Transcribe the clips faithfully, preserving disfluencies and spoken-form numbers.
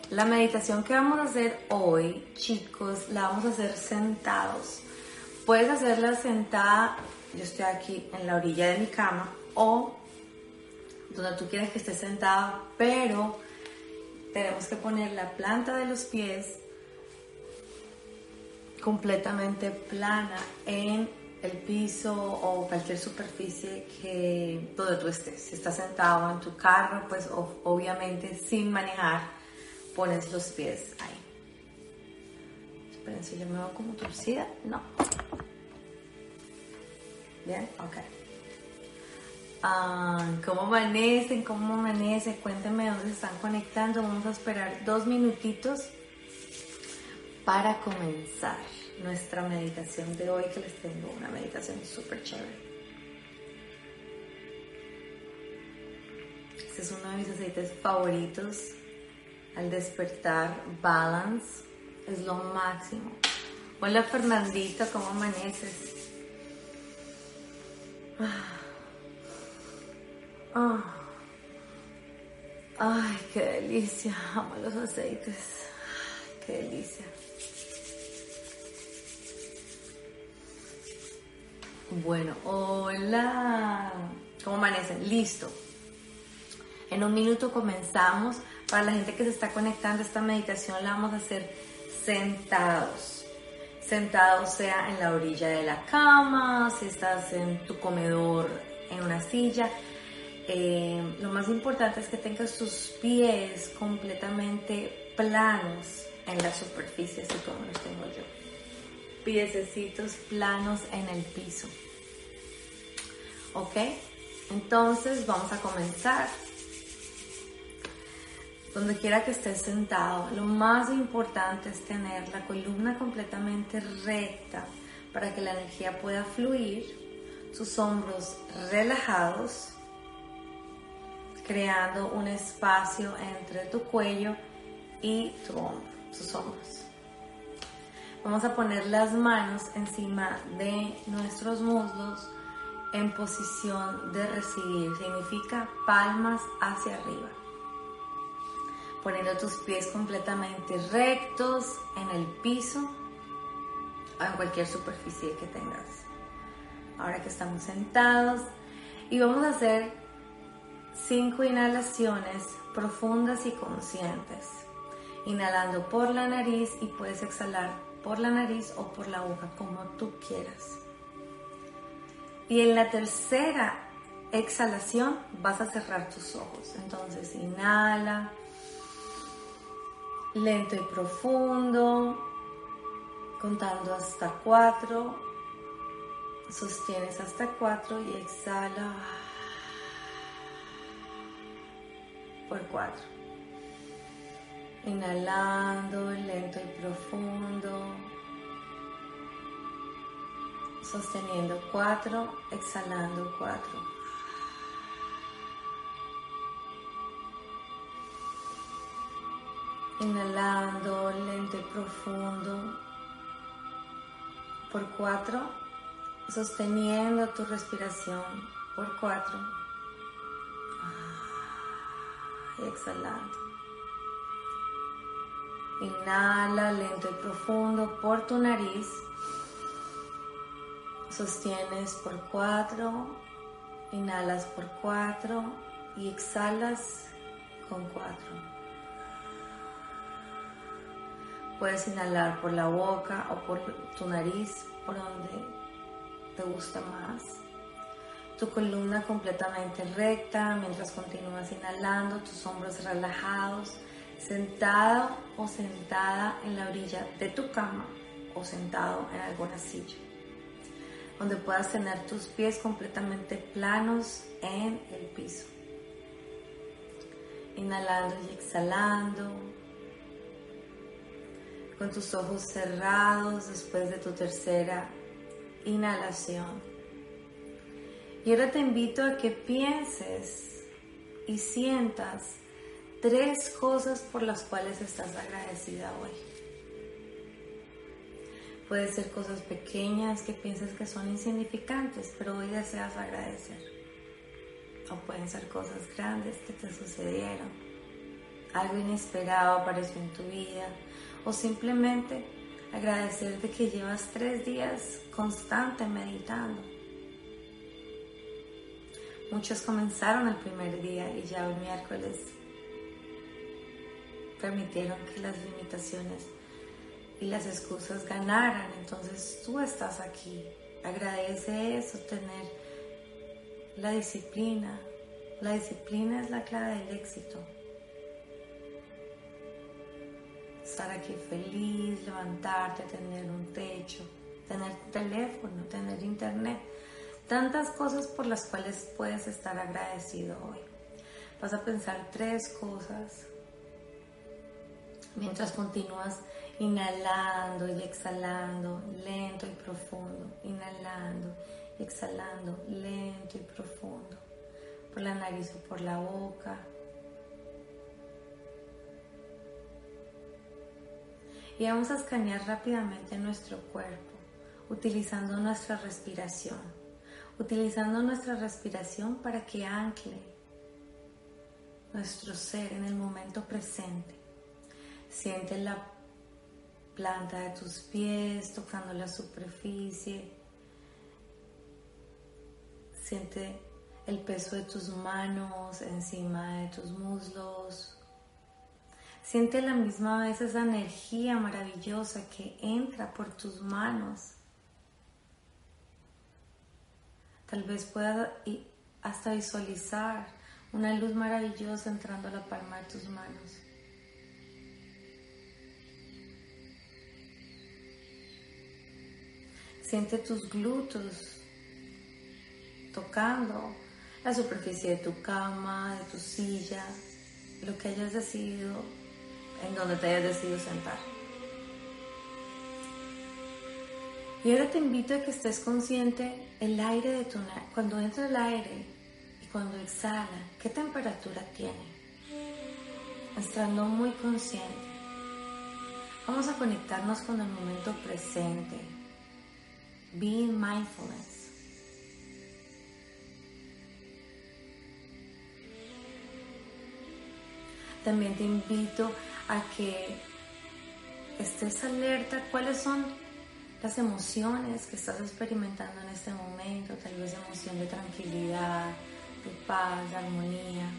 La meditación que vamos a hacer hoy, chicos, la vamos a hacer sentados. Puedes hacerla sentada, yo estoy aquí en la orilla de mi cama, o donde tú quieras que esté sentado, pero tenemos que poner la planta de los pies completamente plana en el piso o cualquier superficie que donde tú estés. Si estás sentado en tu carro, pues obviamente sin manejar, pones los pies ahí. Esperen, si yo me veo como torcida, no. Bien, ok. Ah, ¿Cómo amanecen? ¿Cómo amanece? Cuéntenme dónde se están conectando. Vamos a esperar dos minutitos para comenzar nuestra meditación de hoy, que les tengo una meditación súper chévere. Este es uno de mis aceites favoritos. Al despertar, Balance es lo máximo. Hola Fernandito, ¿cómo amaneces? Oh. Ay, qué delicia, amo los aceites. Ay, qué delicia. Bueno, hola, ¿cómo amanecen? Listo. En un minuto comenzamos. Para la gente que se está conectando, esta meditación la vamos a hacer sentados. Sentados sea en la orilla de la cama, si estás en tu comedor, en una silla. Eh, lo más importante es que tengas tus pies completamente planos en la superficie, así como los tengo yo. Piececitos planos en el piso. ¿Ok? Entonces vamos a comenzar. Donde quiera que estés sentado, lo más importante es tener la columna completamente recta para que la energía pueda fluir, tus hombros relajados, creando un espacio entre tu cuello y tu hombro, tus hombros. Vamos a poner las manos encima de nuestros muslos en posición de recibir, significa palmas hacia arriba. Poniendo tus pies completamente rectos en el piso o en cualquier superficie que tengas. Ahora que estamos sentados, y vamos a hacer cinco inhalaciones profundas y conscientes. Inhalando por la nariz y puedes exhalar por la nariz o por la boca, como tú quieras. Y en la tercera exhalación vas a cerrar tus ojos. Entonces inhala. Lento y profundo, contando hasta cuatro, sostienes hasta cuatro y exhala por cuatro. Inhalando, lento y profundo, sosteniendo cuatro, exhalando cuatro. Inhalando lento y profundo por cuatro, sosteniendo tu respiración por cuatro y exhalando. Inhala lento y profundo por tu nariz, sostienes por cuatro, inhalas por cuatro y exhalas con cuatro. Puedes inhalar por la boca o por tu nariz, por donde te gusta más. Tu columna completamente recta mientras continúas inhalando, tus hombros relajados, sentado o sentada en la orilla de tu cama o sentado en alguna silla, donde puedas tener tus pies completamente planos en el piso. Inhalando y exhalando, con tus ojos cerrados después de tu tercera inhalación. Y ahora te invito a que pienses y sientas tres cosas por las cuales estás agradecida hoy. Puede ser cosas pequeñas que piensas que son insignificantes, pero hoy deseas agradecer. O pueden ser cosas grandes que te sucedieron algo inesperado apareció en tu vida, o simplemente agradecerte que llevas tres días constante meditando. Muchos comenzaron el primer día y ya el miércoles permitieron que las limitaciones y las excusas ganaran. Entonces tú estás aquí. Agradece eso, tener la disciplina. La disciplina es la clave del éxito. Estar aquí feliz, levantarte, tener un techo, tener teléfono, tener internet. Tantas cosas por las cuales puedes estar agradecido hoy. Vas a pensar tres cosas mientras continúas inhalando y exhalando, lento y profundo. Inhalando y exhalando, lento y profundo. Por la nariz o por la boca. Y vamos a escanear rápidamente nuestro cuerpo, utilizando nuestra respiración. Utilizando nuestra respiración para que ancle nuestro ser en el momento presente. Siente la planta de tus pies tocando la superficie. Siente el peso de tus manos encima de tus muslos. Siente a la misma vez esa energía maravillosa que entra por tus manos. Tal vez puedas hasta visualizar una luz maravillosa entrando a la palma de tus manos. Siente tus glúteos tocando la superficie de tu cama, de tu silla, lo que hayas decidido, en donde te hayas decidido sentar. Y ahora te invito a que estés consciente el aire de tu nariz, cuando entra el aire y cuando exhala, ¿qué temperatura tiene? Estando muy consciente. Vamos a conectarnos con el momento presente. Being mindfulness. También te invito a que estés alerta cuáles son las emociones que estás experimentando en este momento, tal vez emoción de tranquilidad, de paz, de armonía,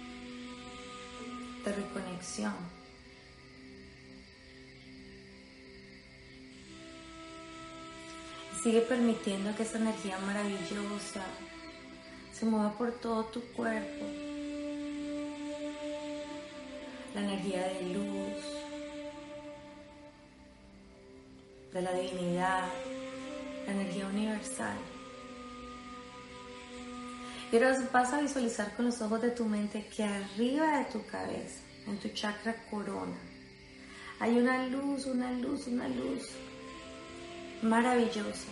de reconexión. Y sigue permitiendo que esa energía maravillosa se mueva por todo tu cuerpo. La energía de luz, de la divinidad, la energía universal. Y ahora vas a visualizar con los ojos de tu mente que arriba de tu cabeza, en tu chakra corona, hay una luz, una luz, una luz maravillosa.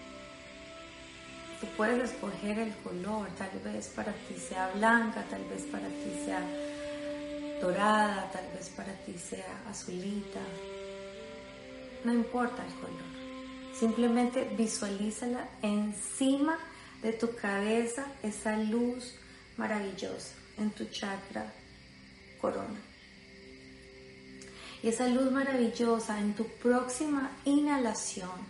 Tú puedes escoger el color, tal vez para ti sea blanca, tal vez para ti sea dorada, tal vez para ti sea azulita. No importa el color, simplemente visualízala encima de tu cabeza, esa luz maravillosa en tu chakra corona. Y esa luz maravillosa en tu próxima inhalación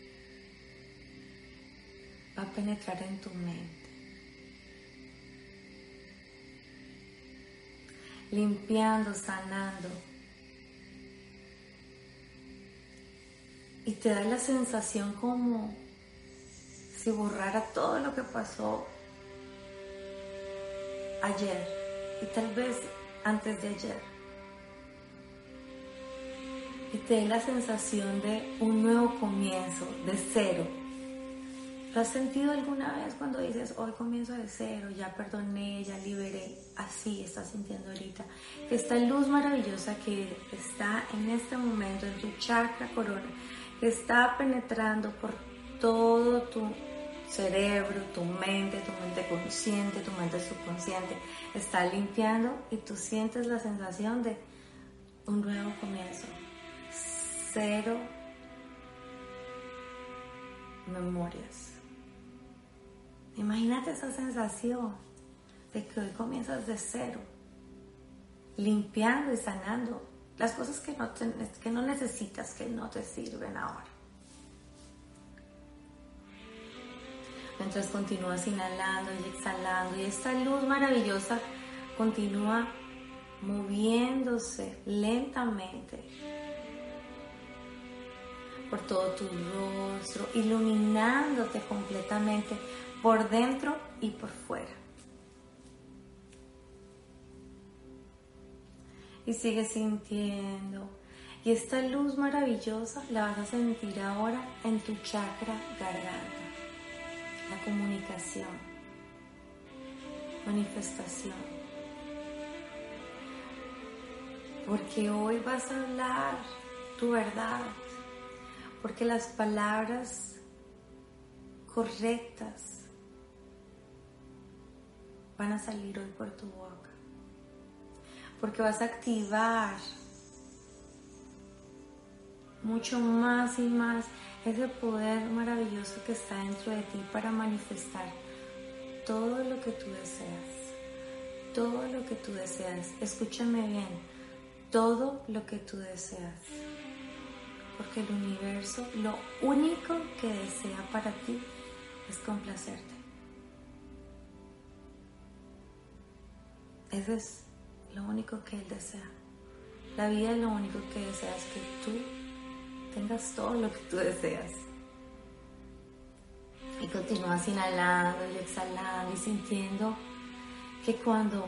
va a penetrar en tu mente, limpiando, sanando. Y te da la sensación como si borrara todo lo que pasó ayer y tal vez antes de ayer. Y te da la sensación de un nuevo comienzo, de cero. ¿Lo has sentido alguna vez cuando dices, hoy comienzo de cero, ya perdoné, ya liberé? Así estás sintiendo ahorita. Esta luz maravillosa que está en este momento en tu chakra corona, que está penetrando por todo tu cerebro, tu mente, tu mente consciente, tu mente subconsciente, está limpiando y tú sientes la sensación de un nuevo comienzo. Cero memorias. Imagínate esa sensación de que hoy comienzas de cero. limpiando y sanando las cosas que no, te, que no necesitas, que no te sirven ahora. Mientras continúas inhalando y exhalando, y esta luz maravillosa continúa moviéndose lentamente por todo tu rostro, iluminándote completamente por dentro y por fuera. Y sigue sintiendo. Y esta luz maravillosa la vas a sentir ahora en tu chakra garganta. La comunicación, manifestación. Porque hoy vas a hablar tu verdad. Porque las palabras correctas van a salir hoy por tu boca. Porque vas a activar mucho más y más ese poder maravilloso que está dentro de ti para manifestar todo lo que tú deseas. Todo lo que tú deseas. Escúchame bien. Todo lo que tú deseas. Porque el universo lo único que desea para ti es complacerte. Eso es lo único que él desea. La vida es lo único que desea, es que tú tengas todo lo que tú deseas. Y continúas inhalando y exhalando y sintiendo que cuando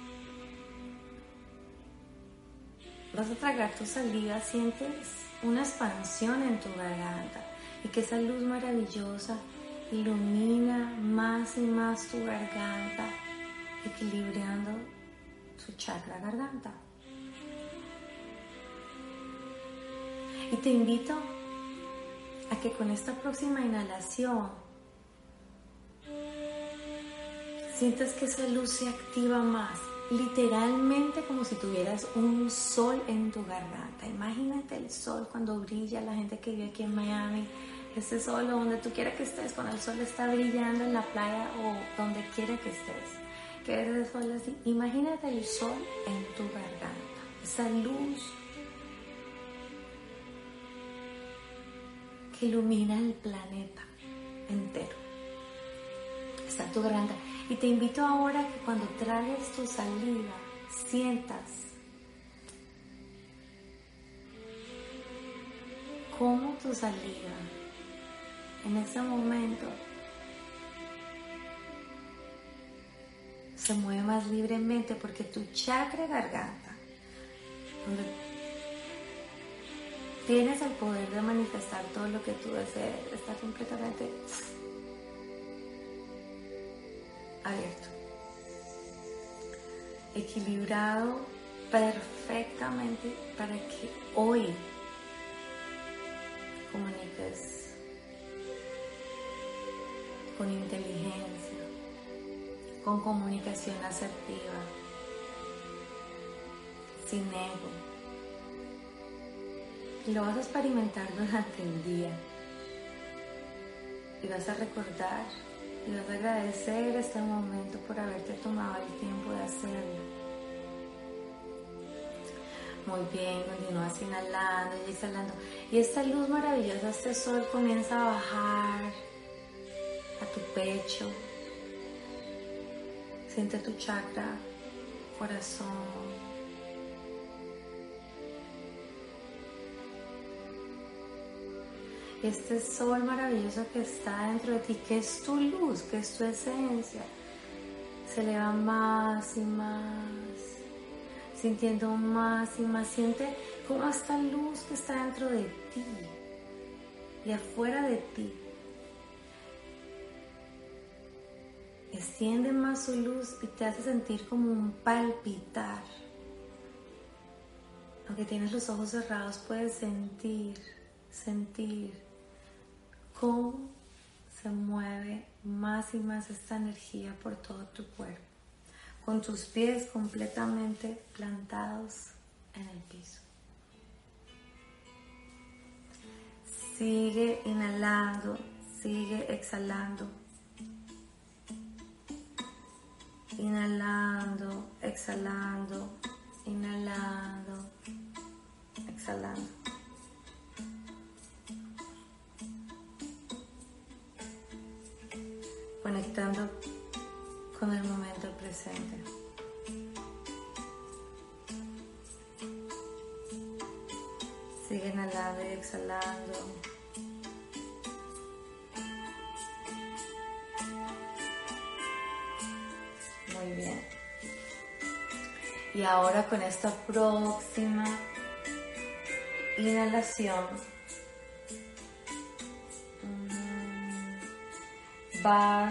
vas a tragar tu saliva sientes una expansión en tu garganta y que esa luz maravillosa ilumina más y más tu garganta, equilibrando tu chakra garganta. Y te invito a que con esta próxima inhalación sientas que esa luz se activa más, literalmente como si tuvieras un sol en tu garganta. Imagínate el sol cuando brilla, la gente que vive aquí en Miami, ese sol o donde tú quieras que estés, cuando el sol está brillando en la playa o donde quiera que estés, que ves el sol así, imagínate el sol en tu garganta, esa luz que ilumina el planeta entero. Está en tu garganta. Y te invito ahora que cuando tragues tu saliva, sientas cómo tu saliva en ese momento se mueve más libremente, porque tu chakra garganta, donde tienes el poder de manifestar todo lo que tú desees, está completamente abierto, equilibrado perfectamente para que hoy comuniques con inteligencia, con comunicación asertiva, sin ego. Y lo vas a experimentar durante el día y vas a recordar y vas a agradecer este momento por haberte tomado el tiempo de hacerlo. Muy bien, continúas inhalando y exhalando. Y esta luz maravillosa, este sol comienza a bajar a tu pecho. Siente tu chakra, corazón. Este sol maravilloso que está dentro de ti, que es tu luz, que es tu esencia, se eleva más y más, sintiendo más y más. Siente cómo esta luz que está dentro de ti y afuera de ti extiende más su luz y te hace sentir como un palpitar. Aunque tienes los ojos cerrados, puedes sentir, sentir cómo se mueve más y más esta energía por todo tu cuerpo, con tus pies completamente plantados en el piso. Sigue inhalando, sigue exhalando. Inhalando, exhalando, Inhalando, exhalando. Conectando con el momento presente. Sigue inhalando y exhalando. Muy bien. Y ahora con esta próxima inhalación vas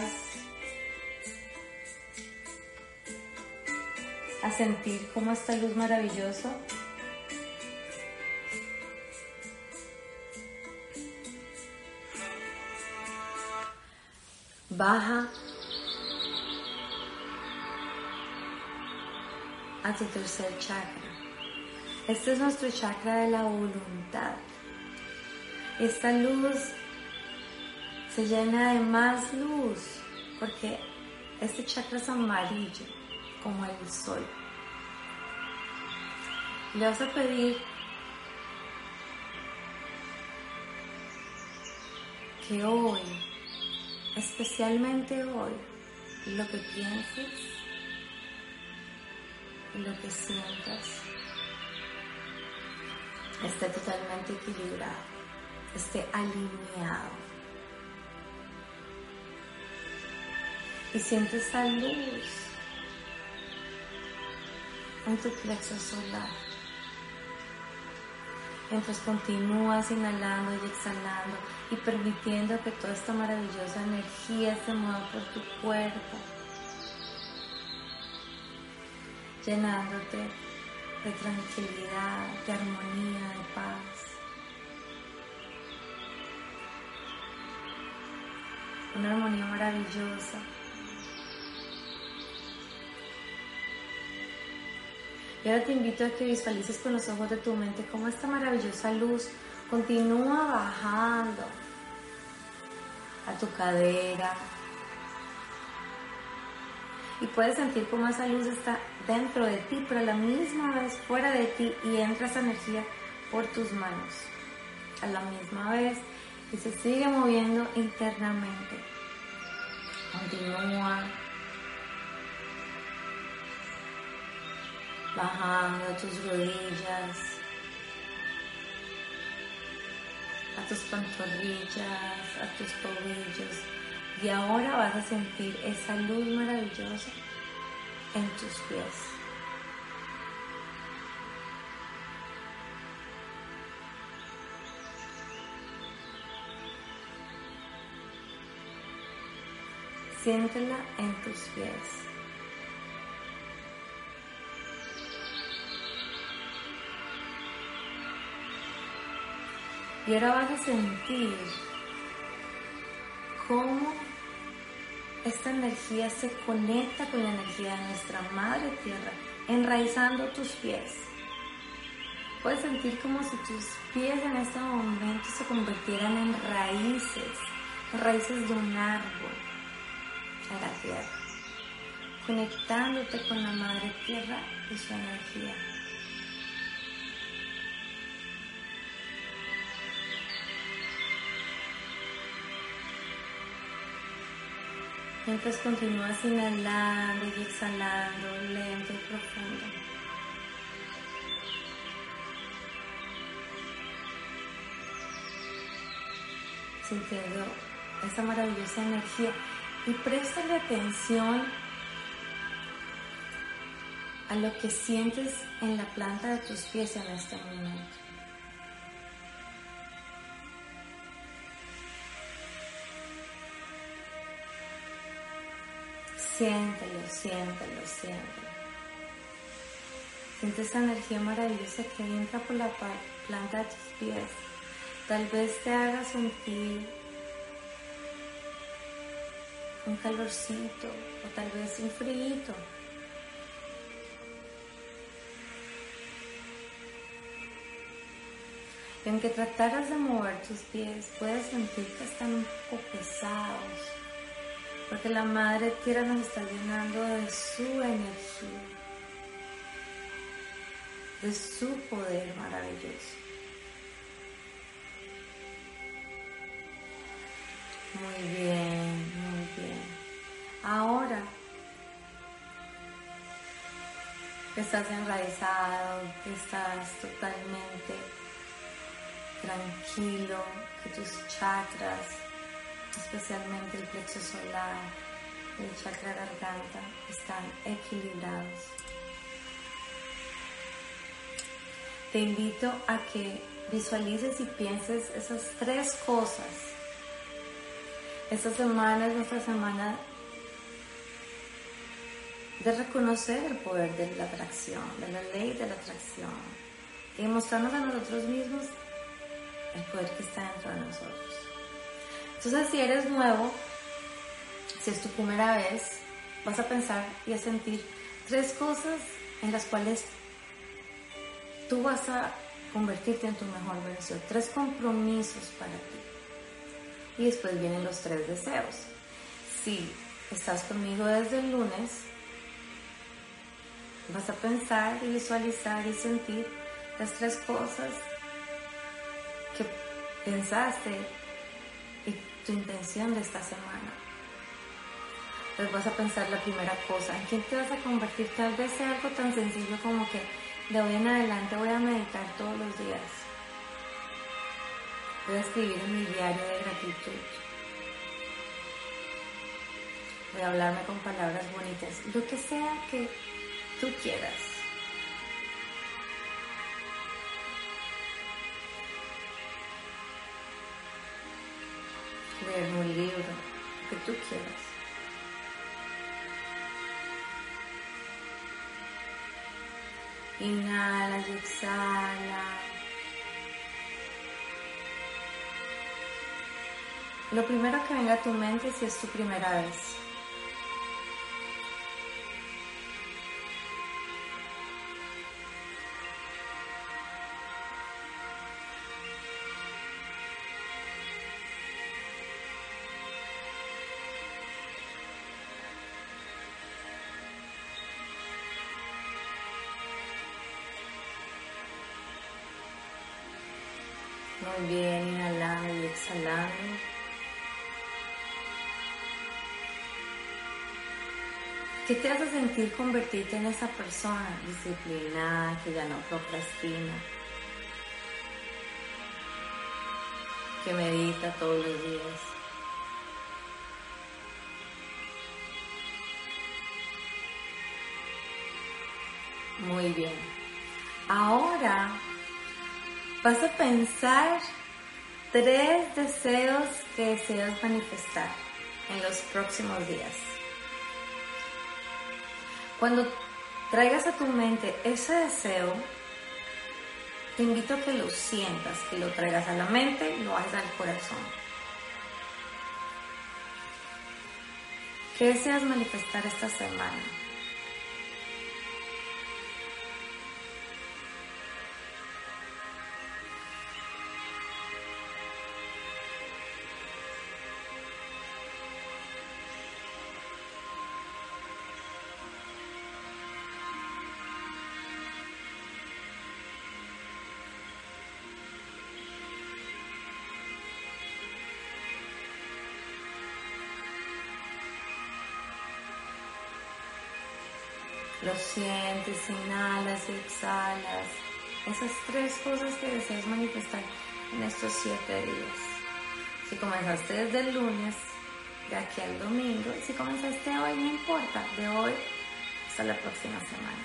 a sentir cómo esta luz maravillosa baja a tu tercer chakra. Este es nuestro chakra de la voluntad. Esta luz se llena de más luz porque este chakra es amarillo como el sol. Le vas a pedir que hoy, especialmente hoy, lo que pienses y lo que sientas esté totalmente equilibrado, esté alineado. Y sientes esa luz en tu plexo solar. Mientras continúas inhalando y exhalando y permitiendo que toda esta maravillosa energía se mueva por tu cuerpo, llenándote de tranquilidad, de armonía, de paz. Una armonía maravillosa. Y ahora te invito a que visualices con los ojos de tu mente cómo esta maravillosa luz continúa bajando a tu cadera. Y puedes sentir cómo esa luz está dentro de ti, pero a la misma vez fuera de ti, y entra esa energía por tus manos. A la misma vez, y se sigue moviendo internamente. Continúa bajando a tus rodillas, a tus pantorrillas, a tus tobillos, y ahora vas a sentir esa luz maravillosa en tus pies. Siéntela en tus pies. Y ahora vas a sentir cómo esta energía se conecta con la energía de nuestra Madre Tierra, enraizando tus pies. Puedes sentir como si tus pies en este momento se convirtieran en raíces, raíces de un árbol a la tierra, conectándote con la Madre Tierra y su energía. Mientras continúas inhalando y exhalando lento y profundo. Sintiendo esa maravillosa energía, y préstale atención a lo que sientes en la planta de tus pies en este momento. Siéntelo, siéntelo, siéntelo. Siente esa energía maravillosa que entra por la planta de tus pies. Tal vez te haga sentir un calorcito o tal vez un frío. Y aunque trataras de mover tus pies, puedes sentir que están un poco pesados, porque la Madre Tierra nos está llenando de su energía. de su poder maravilloso. Muy bien, muy bien. Ahora que estás enraizado, que estás totalmente tranquilo, que tus chakras, especialmente el plexo solar, el chakra garganta, están equilibrados. Te invito a que visualices y pienses esas tres cosas. Esta semana es nuestra semana de reconocer el poder de la atracción, de la ley de la atracción, y mostrarnos a nosotros mismos el poder que está dentro de nosotros. Entonces, si eres nuevo, si es tu primera vez, vas a pensar y a sentir tres cosas en las cuales tú vas a convertirte en tu mejor versión, tres compromisos para ti. Y después vienen los tres deseos. Si estás conmigo desde el lunes, vas a pensar y visualizar y sentir las tres cosas que pensaste y tu intención de esta semana. Entonces vas a pensar la primera cosa, ¿en quién te vas a convertir? Tal vez sea algo tan sencillo como que de hoy en adelante voy a meditar todos los días. Voy a escribir en mi diario de gratitud. Voy a hablarme con palabras bonitas. Lo que sea que tú quieras. Leer un libro, lo que tú quieras. Inhala y exhala. Lo primero que venga a tu mente si es tu primera vez. Muy bien, inhalando y exhalando. ¿Qué te hace sentir convertirte en esa persona disciplinada, que ya no procrastina, que medita todos los días? Muy bien. Ahora vas a pensar tres deseos que deseas manifestar en los próximos días. Cuando traigas a tu mente ese deseo, te invito a que lo sientas, que lo traigas a la mente y lo bajes al corazón. ¿Qué deseas manifestar esta semana? Lo sientes, inhalas y exhalas. Esas tres cosas que deseas manifestar en estos siete días. Si comenzaste desde el lunes, de aquí al domingo, si comenzaste hoy, no importa, de hoy hasta la próxima semana.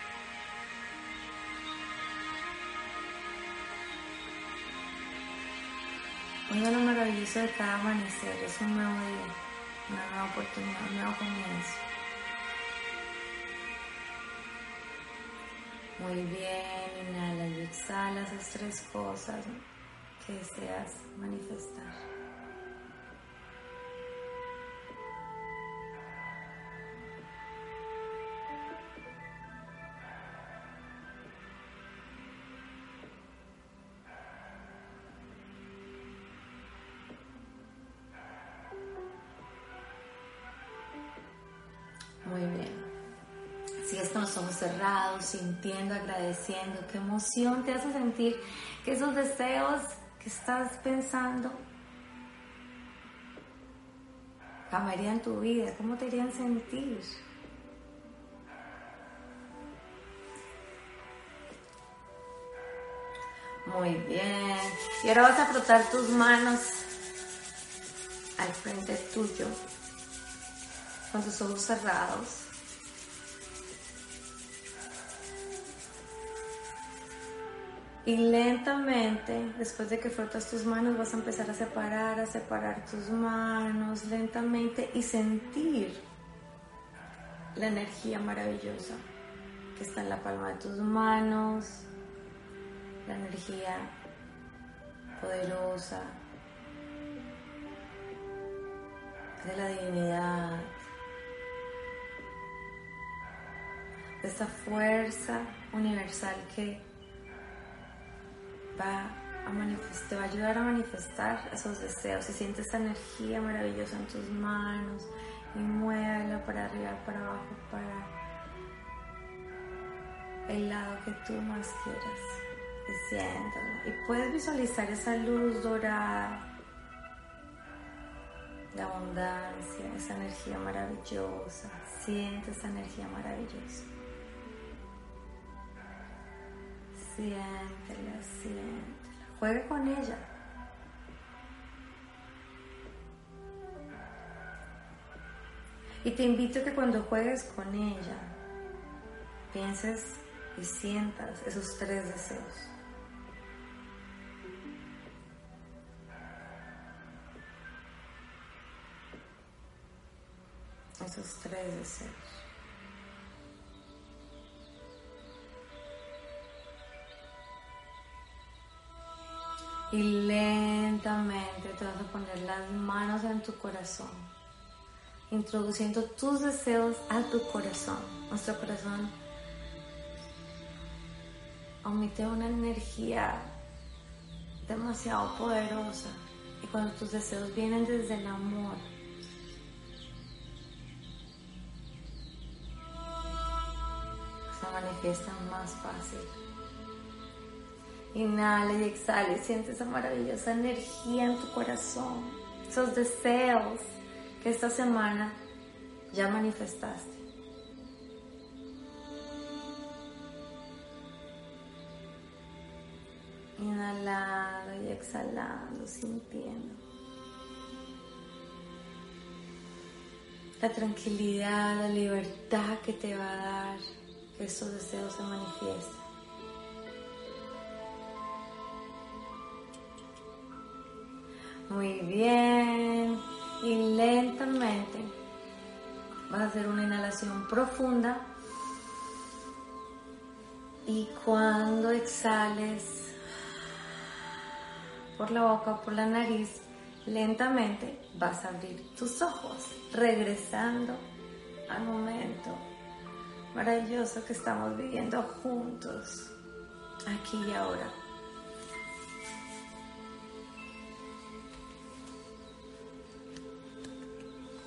Oiga lo maravilloso de cada amanecer, es un nuevo día, una nueva oportunidad, un nuevo comienzo. Muy bien, inhala y exhala esas tres cosas que deseas manifestar. Muy bien. Sigues con los los ojos cerrados, sintiendo, agradeciendo. ¿Qué emoción te hace sentir que esos deseos que estás pensando cambiarían tu vida? ¿Cómo te harían sentir? Muy bien. Y ahora vas a frotar tus manos al frente tuyo, con tus ojos cerrados. Y lentamente, después de que frotas tus manos, vas a empezar a separar, a separar tus manos lentamente y sentir la energía maravillosa que está en la palma de tus manos, la energía poderosa de la divinidad, de esta fuerza universal que va a manifestar, te va a ayudar a manifestar esos deseos. Y siente esta energía maravillosa en tus manos y muévela para arriba, para abajo, para el lado que tú más quieras. Y siéntalo. Y puedes visualizar esa luz dorada, la abundancia, esa energía maravillosa. Siente esa energía maravillosa. Siéntela, siéntela. Juega con ella. Y te invito a que cuando juegues con ella, pienses y sientas esos tres deseos. Esos tres deseos. Y lentamente te vas a poner las manos en tu corazón, introduciendo tus deseos a tu corazón. Nuestro corazón emite una energía demasiado poderosa, y cuando tus deseos vienen desde el amor, se manifiestan más fácil. Inhala y exhala y siente esa maravillosa energía en tu corazón, esos deseos que esta semana ya manifestaste. Inhalando y exhalando, sintiendo la tranquilidad, la libertad que te va a dar que estos deseos se manifiesten. Muy bien, y lentamente vas a hacer una inhalación profunda, y cuando exhales por la boca o por la nariz, lentamente vas a abrir tus ojos, regresando al momento maravilloso que estamos viviendo juntos, aquí y ahora.